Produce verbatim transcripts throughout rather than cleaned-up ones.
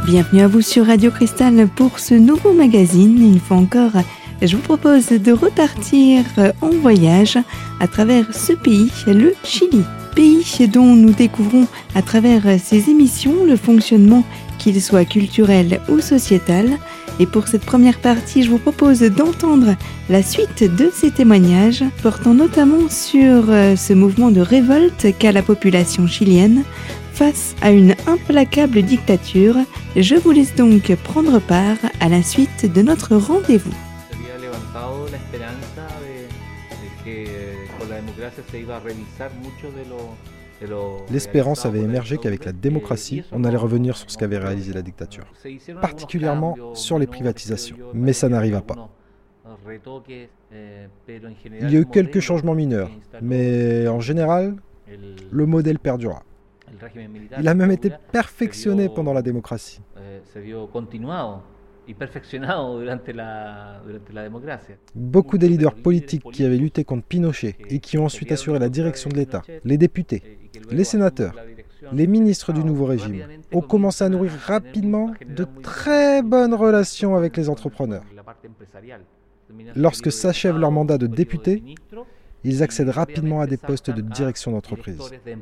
Bienvenue à vous sur Radio Cristal pour ce nouveau magazine. Une fois encore, je vous propose de repartir en voyage à travers ce pays, le Chili. Pays dont nous découvrons à travers ces émissions le fonctionnement, qu'il soit culturel ou sociétal. Et pour cette première partie, je vous propose d'entendre la suite de ces témoignages, portant notamment sur ce mouvement de révolte qu'a la population chilienne face à une implacable dictature. Je vous laisse donc prendre part à la suite de notre rendez-vous. L'espérance avait émergé qu'avec la démocratie, on allait revenir sur ce qu'avait réalisé la dictature, particulièrement sur les privatisations. Mais ça n'arriva pas. Il y a eu quelques changements mineurs, mais en général, le modèle perdura. Il a même été perfectionné pendant la démocratie. Beaucoup des leaders politiques qui avaient lutté contre Pinochet et qui ont ensuite assuré la direction de l'État, les députés, les sénateurs, les ministres du nouveau régime, ont commencé à nourrir rapidement de très bonnes relations avec les entrepreneurs. Lorsque s'achève leur mandat de député, ils accèdent rapidement à des postes de direction d'entreprise.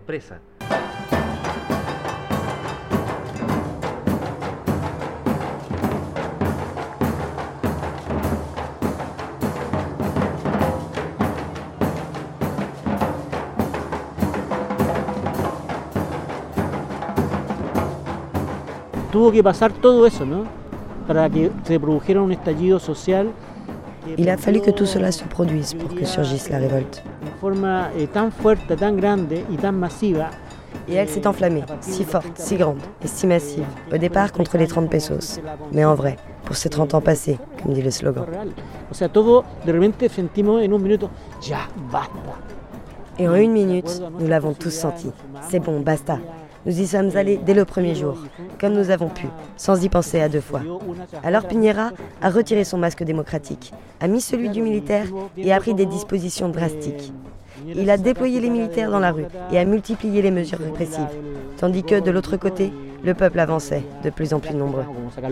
Tuvo que pasar todo eso, ¿no? Para que se produjera un estallido social. Il a fallu que tout cela se produise pour que surgisse la révolte. De forma eh, tan fuerte, tan grande y tan masiva. Et elle s'est enflammée, si forte, si grande et si massive, au départ contre les trente pesos. Mais en vrai, pour ces trente ans passés, comme dit le slogan. O sea, todo de repente sentimos en un minuto, ya, basta. Et en une minute, nous l'avons tous senti. C'est bon, basta. Nous y sommes allés dès le premier jour, comme nous avons pu, sans y penser à deux fois. Alors Piñera a retiré son masque démocratique, a mis celui du militaire et a pris des dispositions drastiques. Il a déployé les militaires dans la rue et a multiplié les mesures répressives, tandis que de l'autre côté, le peuple avançait, de plus en plus nombreux.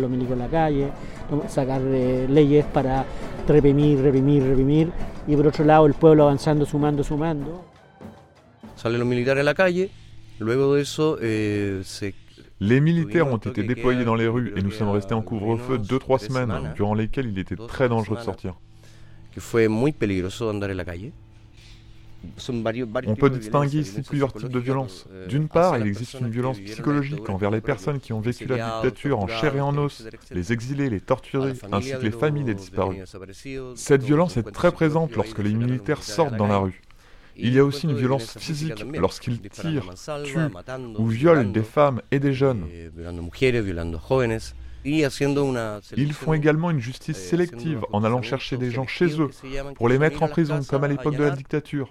Sacar leyes para reprimir, reprimir, reprimir, y por otro lado el pueblo avanzando, sumando, sumando. Salen los militares a la calle. Luego de eso, eh, se... Les militaires ont été déployés dans les rues et nous sommes restés en couvre-feu deux trois semaines, durant lesquelles il était très dangereux de sortir. On peut distinguer ici plusieurs types de violences. D'une part, il existe une violence psychologique envers les personnes qui ont vécu la dictature en chair et en os, les exilés, les torturés, ainsi que les familles des disparus. Cette violence est très présente lorsque les militaires sortent dans la rue. Il y a aussi une violence physique lorsqu'ils tirent, tuent ou violent des femmes et des jeunes. Ils font également une justice sélective en allant chercher des gens chez eux pour les mettre en prison comme à l'époque de la dictature.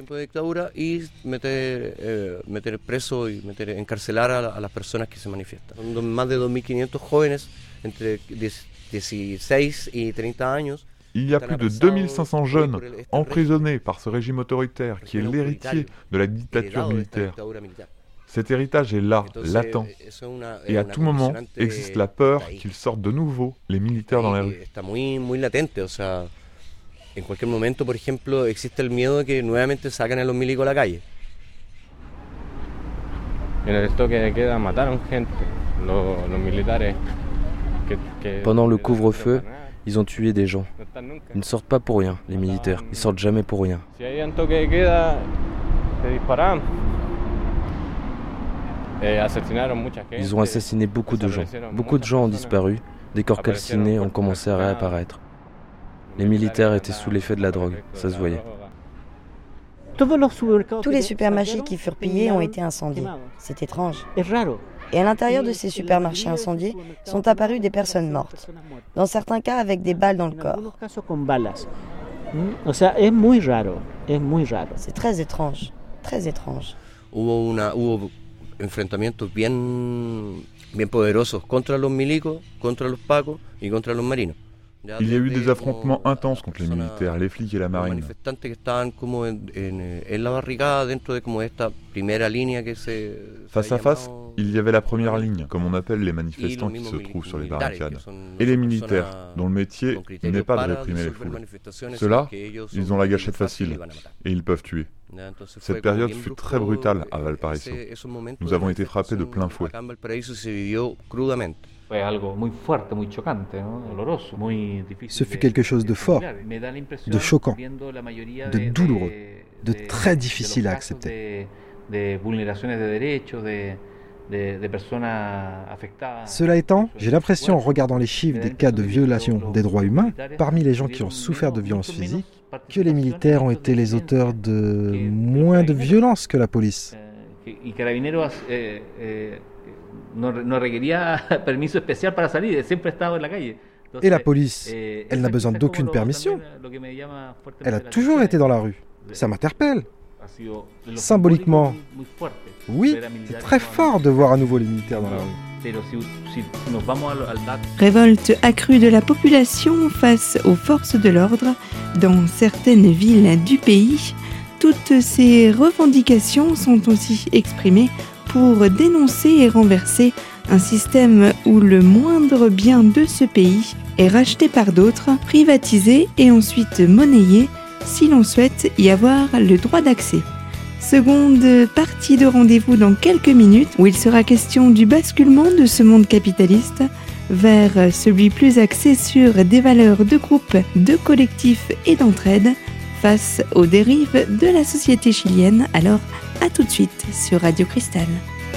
Il y a plus de deux mille cinq cents jeunes emprisonnés par ce régime autoritaire qui est l'héritier de la dictature militaire. Cet héritage est là, latent, et à tout moment existe la peur qu'ils sortent de nouveau les militaires dans les rues. En cualquier momento, por ejemplo, existe el miedo de que nuevamente saquen a los milicos a la calle. En el toque de queda mataron gente, los, los militares. Que, que Pendant le couvre-feu, ils ont tué des gens. Ils ne sortent pas pour rien, les militaires. Ils sortent jamais pour rien. Si hay un toque de queda, te disparan. Ils ont assassiné beaucoup de gens. Beaucoup de gens ont disparu. Des corps calcinés ont commencé à réapparaître. Les militaires étaient sous l'effet de la drogue, ça se voyait. Tous les supermarchés qui furent pillés ont été incendiés. C'est étrange. Et à l'intérieur de ces supermarchés incendiés sont apparues des personnes mortes. Dans certains cas avec des balles dans le corps. C'est très étrange, très étrange. Hubo una, hubo enfrentamientos bien, bien poderosos contra los milicos, contra los pacos y contra los marinos. Il y a eu des affrontements intenses contre les militaires, les flics et la marine. Face à face, il y avait la première ligne, comme on appelle les manifestants qui se trouvent sur les barricades, et les militaires, dont le métier n'est pas de réprimer les foules. Ceux-là, ils ont la gâchette facile, et ils peuvent tuer. Cette période fut très brutale à Valparaiso. Nous avons été frappés de plein fouet. Ce fut quelque chose de fort, de choquant, de douloureux, de très difficile à accepter. Cela étant, j'ai l'impression en regardant les chiffres des cas de violation des droits humains parmi les gens qui ont souffert de violences physiques que les militaires ont été les auteurs de moins de violences que la police. Et la police, elle n'a besoin d'aucune permission. Elle a toujours été dans la rue. Ça m'interpelle. Symboliquement, oui, c'est très fort de voir à nouveau les militaires dans la rue. Révolte accrue de la population face aux forces de l'ordre dans certaines villes du pays. Toutes ces revendications sont aussi exprimées pour dénoncer et renverser un système où le moindre bien de ce pays est racheté par d'autres, privatisé et ensuite monnayé si l'on souhaite y avoir le droit d'accès. Seconde partie de rendez-vous dans quelques minutes où il sera question du basculement de ce monde capitaliste vers celui plus axé sur des valeurs de groupe, de collectif et d'entraide face aux dérives de la société chilienne. Alors, à tout de suite sur Radio Cristal.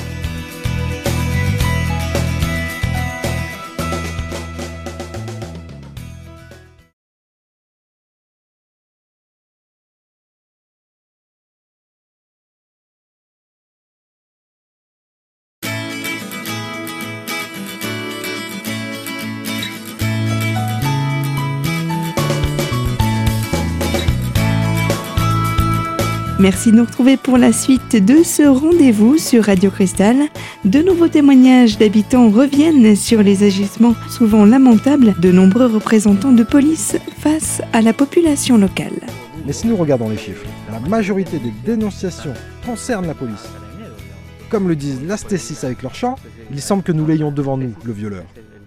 Merci de nous retrouver pour la suite de ce rendez-vous sur Radio Cristal. De nouveaux témoignages d'habitants reviennent sur les agissements souvent lamentables de nombreux représentants de police face à la population locale. Mais si nous regardons les chiffres, la majorité des dénonciations concernent la police. Comme le disent l'Astésis avec leur chant, il semble que nous l'ayons devant nous, le violeur.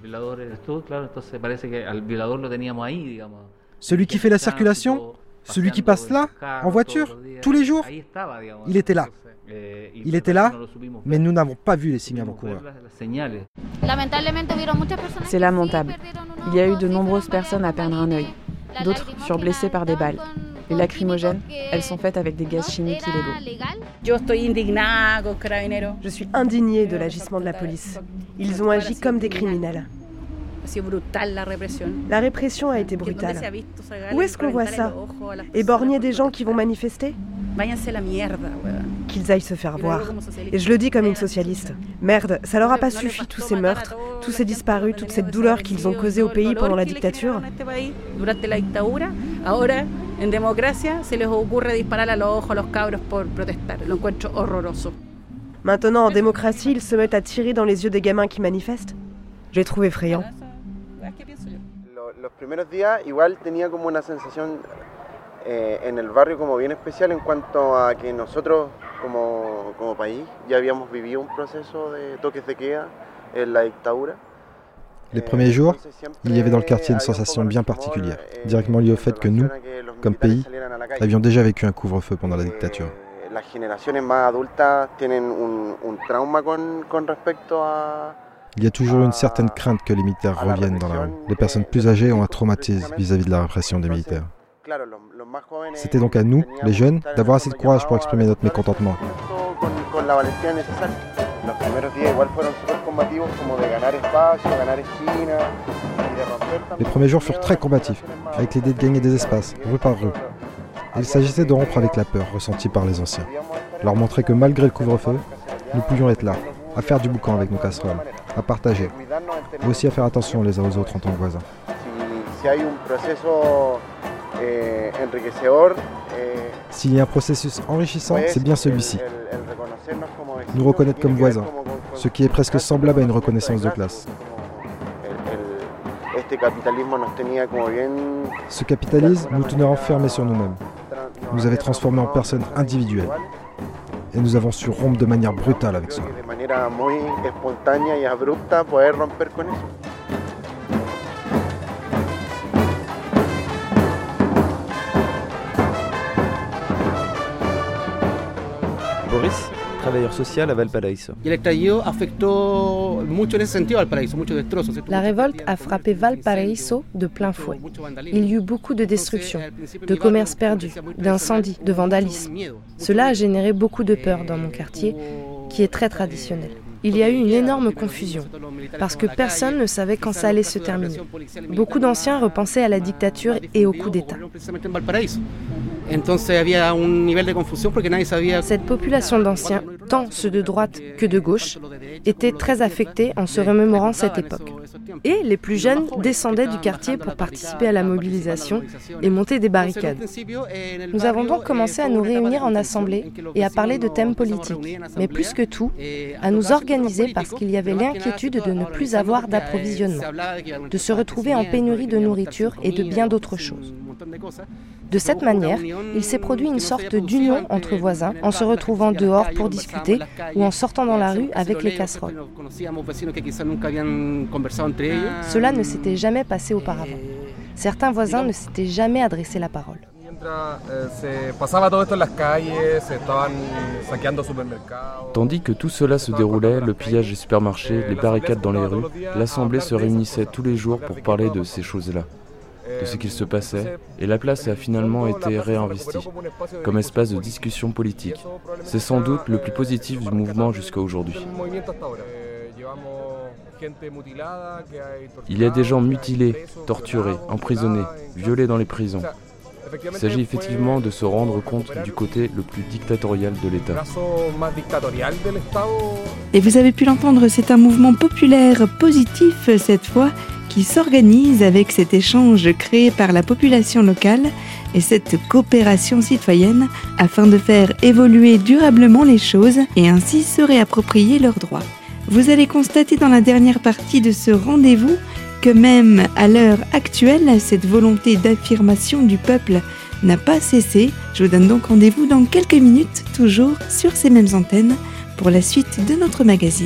Celui qui fait la circulation ? Celui qui passe là, en voiture, tous les jours, il était là. Il était là, mais nous n'avons pas vu les signes avant-coureurs. C'est lamentable. Il y a eu de nombreuses personnes à perdre un œil. D'autres furent blessées par des balles. Les lacrymogènes, elles sont faites avec des gaz chimiques illégaux. Je suis indignée de l'agissement de la police. Ils ont agi comme des criminels. La répression a été brutale. Où est-ce qu'on voit ça? Éborgner des gens qui vont manifester? Qu'ils aillent se faire voir. Et je le dis comme une socialiste. Merde, ça leur a pas suffi tous ces meurtres, tous ces disparus, toute cette douleur qu'ils ont causée au pays pendant la dictature? Maintenant, en démocratie, ils se mettent à tirer dans les yeux des gamins qui manifestent. Je l'ai trouvé effrayant. Los primeros días igual tenía como una sensación eh, en el barrio como bien especial en cuanto a que nosotros como, como país ya habíamos vivido un proceso de toques de queda en la dictadura. Les premiers jours, il y avait dans le quartier une sensation bien particulière, directement liée au fait que nous, comme pays, avions déjà vécu un couvre-feu pendant la dictature. Las generaciones más adultas tienen un, un trauma con, con respecto a Il y a toujours une certaine crainte que les militaires reviennent dans la rue. Les personnes plus âgées ont un traumatisme vis-à-vis de la répression des militaires. C'était donc à nous, les jeunes, d'avoir assez de courage pour exprimer notre mécontentement. Les premiers jours furent très combatifs, avec l'idée de gagner des espaces, rue par rue. Et il s'agissait de rompre avec la peur ressentie par les anciens. Leur montrer que malgré le couvre-feu, nous pouvions être là, à faire du boucan avec nos casseroles, à partager, mais aussi à faire attention les uns aux autres en tant que voisins. S'il y a un processus enrichissant, c'est bien celui-ci. Nous reconnaître comme voisins, ce qui est presque semblable à une reconnaissance de classe. Ce capitalisme nous tenait enfermés sur nous-mêmes, nous avait transformés en personnes individuelles. Et nous avons su rompre de manière brutale avec cela. Boris, travailleur social à Valparaíso. La révolte a frappé Valparaíso de plein fouet. Il y eut beaucoup de destruction, de commerces perdus, d'incendies, de vandalisme. Cela a généré beaucoup de peur dans mon quartier, qui est très traditionnel. Il y a eu une énorme confusion, parce que personne ne savait quand ça allait se terminer. Beaucoup d'anciens repensaient à la dictature et au coup d'État. Cette population d'anciens, tant ceux de droite que de gauche, était très affectée en se remémorant cette époque. Et les plus jeunes descendaient du quartier pour participer à la mobilisation et monter des barricades. Nous avons donc commencé à nous réunir en assemblée et à parler de thèmes politiques, mais plus que tout, à nous organiser parce qu'il y avait l'inquiétude de ne plus avoir d'approvisionnement, de se retrouver en pénurie de nourriture et de bien d'autres choses. De cette manière, il s'est produit une sorte d'union entre voisins en se retrouvant dehors pour discuter ou en sortant dans la rue avec les casseroles. Cela ne s'était jamais passé auparavant. Certains voisins ne s'étaient jamais adressé la parole. Tandis que tout cela se déroulait, le pillage des supermarchés, les barricades dans les rues, l'Assemblée se réunissait tous les jours pour parler de ces choses-là, de ce qu'il se passait, et la place a finalement été réinvestie comme espace de discussion politique. C'est sans doute le plus positif du mouvement jusqu'à aujourd'hui. Il y a des gens mutilés, torturés, emprisonnés, violés dans les prisons. Il s'agit effectivement de se rendre compte du côté le plus dictatorial de l'État. Et vous avez pu l'entendre, c'est un mouvement populaire positif cette fois qui s'organise avec cet échange créé par la population locale et cette coopération citoyenne afin de faire évoluer durablement les choses et ainsi se réapproprier leurs droits. Vous allez constater dans la dernière partie de ce rendez-vous que même à l'heure actuelle, cette volonté d'affirmation du peuple n'a pas cessé. Je vous donne donc rendez-vous dans quelques minutes, toujours sur ces mêmes antennes, pour la suite de notre magazine.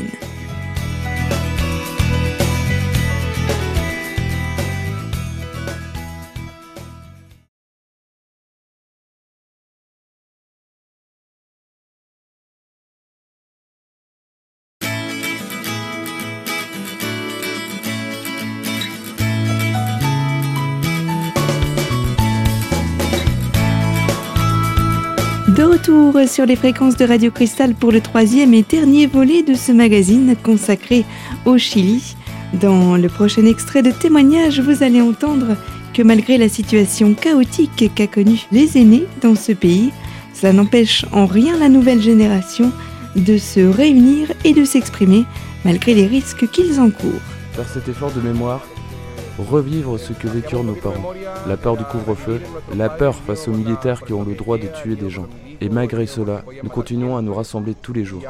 De retour sur les fréquences de Radio Cristal pour le troisième et dernier volet de ce magazine consacré au Chili. Dans le prochain extrait de témoignage, vous allez entendre que malgré la situation chaotique qu'a connue les aînés dans ce pays, cela n'empêche en rien la nouvelle génération de se réunir et de s'exprimer malgré les risques qu'ils encourent. Faire cet effort de mémoire, revivre ce que vécurent nos parents, la peur du couvre-feu, la peur face aux militaires qui ont le droit de tuer des gens. Et malgré cela, nous continuons à nous rassembler tous les jours.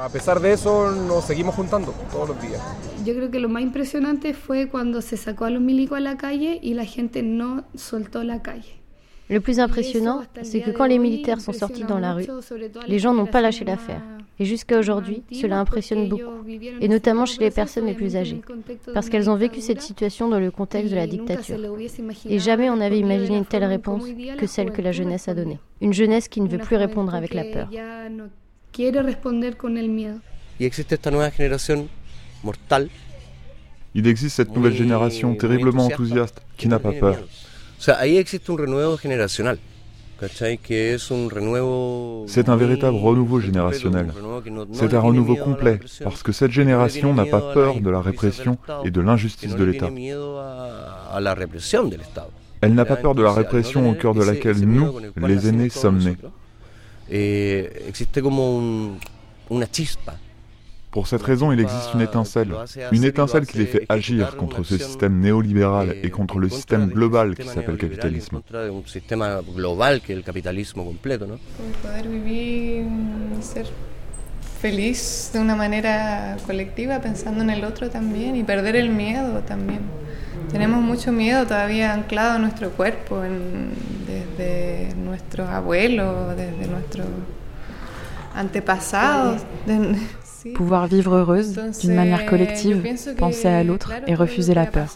Yo creo que lo más impresionante fue cuando se sacó a los milicos a la calle y la gente no soltó la calle. Le plus impressionnant, c'est que quand les militaires sont sortis dans la rue, les gens n'ont pas lâché l'affaire. Et jusqu'à aujourd'hui, cela impressionne beaucoup, et notamment chez les personnes les plus âgées, parce qu'elles ont vécu cette situation dans le contexte de la dictature. Et jamais on n'avait imaginé une telle réponse que celle que la jeunesse a donnée. Une jeunesse qui ne veut plus répondre avec la peur. Il existe cette nouvelle génération terriblement enthousiaste qui n'a pas peur. C'est un véritable renouveau générationnel. C'est un renouveau complet, parce que cette génération n'a pas peur de la répression et de l'injustice de l'État. Elle n'a pas peur de la répression au cœur de laquelle nous, les aînés, sommes nés. Pour cette raison, il existe une étincelle, une étincelle qui les fait agir contre ce système néolibéral et contre le système global qui s'appelle capitalisme. Feliz de una manera colectiva, pensando en el otro también y perder el miedo también Tenemos mucho miedo todavía anclado en nuestro cuerpo, en, desde nuestros abuelos, desde nuestros antepasados. De, Pouvoir vivre heureuse d'une manière collective, penser à l'autre et refuser la peur.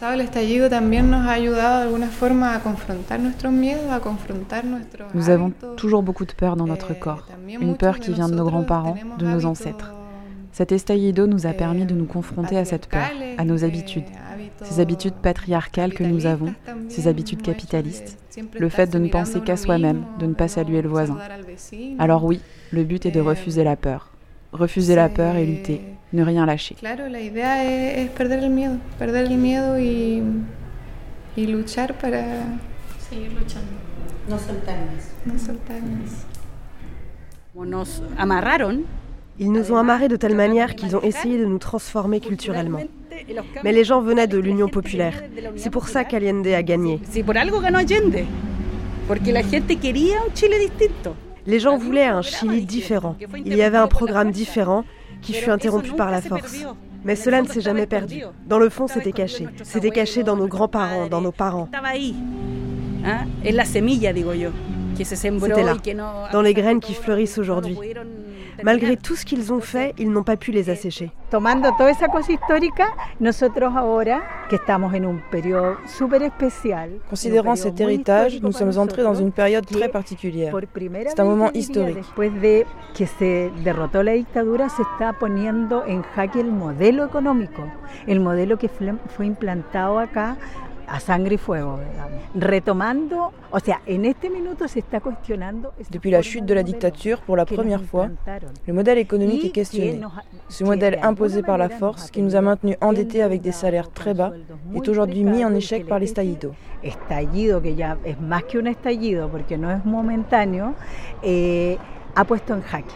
Nous avons toujours beaucoup de peur dans notre corps, une peur qui vient de nos grands-parents, de nos ancêtres. Cet estallido nous a permis de nous confronter à cette peur, à nos habitudes, ces habitudes patriarcales que nous avons, ces habitudes capitalistes, le fait de ne penser qu'à soi-même, de ne pas saluer le voisin. Alors oui, le but est de refuser la peur. Refuser la peur et lutter, ne rien lâcher. Claro, la idea es perder el miedo, perder el miedo y, y luchar para seguir luchando. No soltarnos. No soltarnos. Nos amarraron. Ils nous ont amarrés de telle manière qu'ils ont essayé de nous transformer culturellement. Mais les gens venaient de l'Union populaire. C'est pour ça qu'Allende a gagné. C'est por algo ganó Allende. Porque la gente quería un Chile distinto. Les gens voulaient un Chili différent. Il y avait un programme différent qui fut interrompu par la force. Mais cela ne s'est jamais perdu. Dans le fond, c'était caché. C'était caché dans nos grands-parents, dans nos parents. C'était là, dans les graines qui fleurissent aujourd'hui. Malgré tout ce qu'ils ont fait, ils n'ont pas pu les assécher. Tomando toda esa cosa histórica, nosotros ahora que estamos en un periodo súper especial. Considérant cet héritage, nous sommes entrés dans une période très particulière. C'est un moment historique. Después de que se derrotó la dictadura, se está poniendo en jaque el modelo económico, el modelo que fue implantado acá a sangre y fuego, digamos. Retomando, o sea, en este minuto se está cuestionando. Depuis la chute de la dictature, pour la première fois, le modèle économique est questionné. Ce modèle imposé par la force, qui nous a maintenus endettés avec des salaires très bas, est aujourd'hui mis en échec par l'estallido. Estallido, que ya es más que un estallido, porque no es momentáneo, eh, ha puesto en jaque.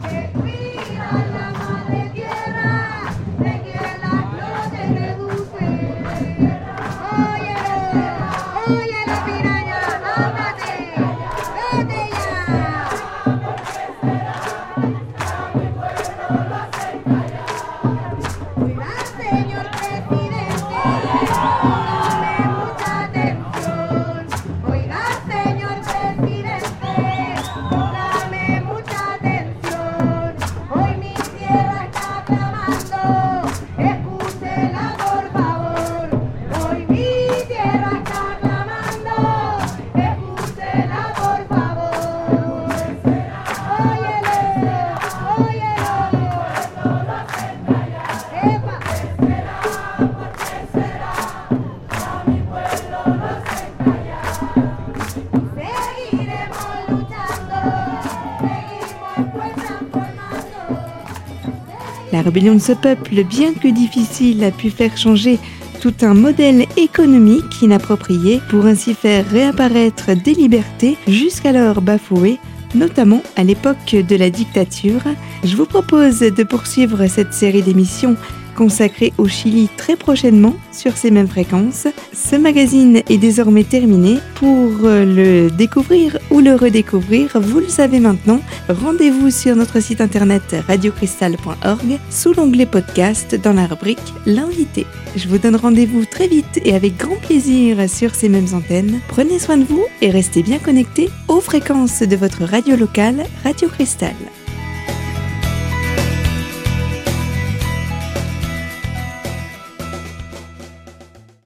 La rébellion de ce peuple, bien que difficile, a pu faire changer tout un modèle économique inapproprié pour ainsi faire réapparaître des libertés jusqu'alors bafouées, notamment à l'époque de la dictature. Je vous propose de poursuivre cette série d'émissions consacrée au Chili très prochainement sur ces mêmes fréquences. Ce magazine est désormais terminé. Pour le découvrir ou le redécouvrir, vous le savez maintenant, rendez-vous sur notre site internet radio cristal point org sous l'onglet podcast dans la rubrique L'invité. Je vous donne rendez-vous très vite et avec grand plaisir sur ces mêmes antennes. Prenez soin de vous et restez bien connectés aux fréquences de votre radio locale Radio Cristal.